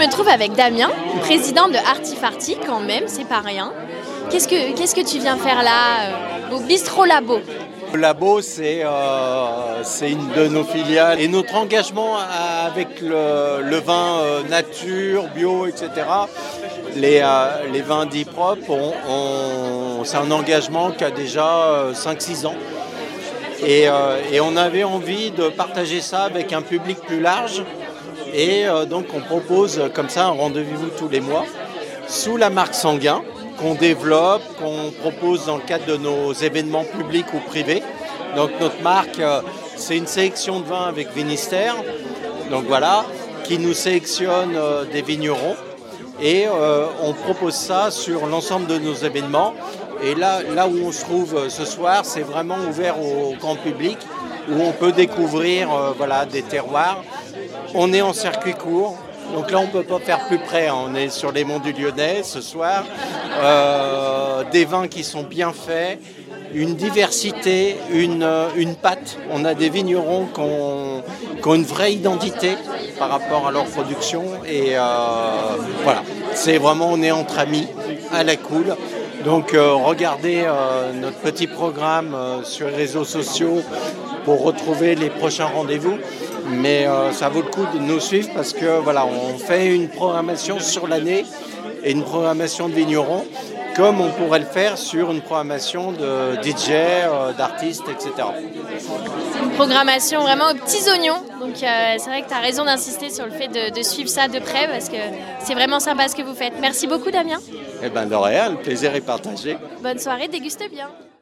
me trouve avec Damien, président de Artifarty quand même, c'est pas rien. Qu'est-ce que tu viens faire là au Bistro Labo? Le Labo, c'est une de nos filiales. Et notre engagement avec le vin nature, bio, etc., les vins dits propres, c'est un engagement qui a déjà 5-6 ans. Et on avait envie de partager ça avec un public plus large. Et donc on propose comme ça un rendez-vous tous les mois sous la marque Sanguin, qu'on développe, qu'on propose dans le cadre de nos événements publics ou privés. Donc notre marque, c'est une sélection de vins avec Vinister, donc voilà, qui nous sélectionne des vignerons et on propose ça sur l'ensemble de nos événements. Et là où on se trouve ce soir, c'est vraiment ouvert au grand public, où on peut découvrir des terroirs. On est en circuit court. Donc là, on ne peut pas faire plus près. On est sur les monts du Lyonnais ce soir. Des vins qui sont bien faits, une diversité, une patte. On a des vignerons qui ont une vraie identité par rapport à leur production. Et voilà, c'est vraiment, on est entre amis, à la cool. Donc regardez notre petit programme sur les réseaux sociaux pour retrouver les prochains rendez-vous. Mais ça vaut le coup de nous suivre parce que voilà, on fait une programmation sur l'année et une programmation de vignerons comme on pourrait le faire sur une programmation de DJ, d'artistes, etc. C'est une programmation vraiment aux petits oignons. Donc c'est vrai que tu as raison d'insister sur le fait de suivre ça de près parce que c'est vraiment sympa ce que vous faites. Merci beaucoup Damien. Eh bien de rien, le plaisir est partagé. Bonne soirée, déguste bien.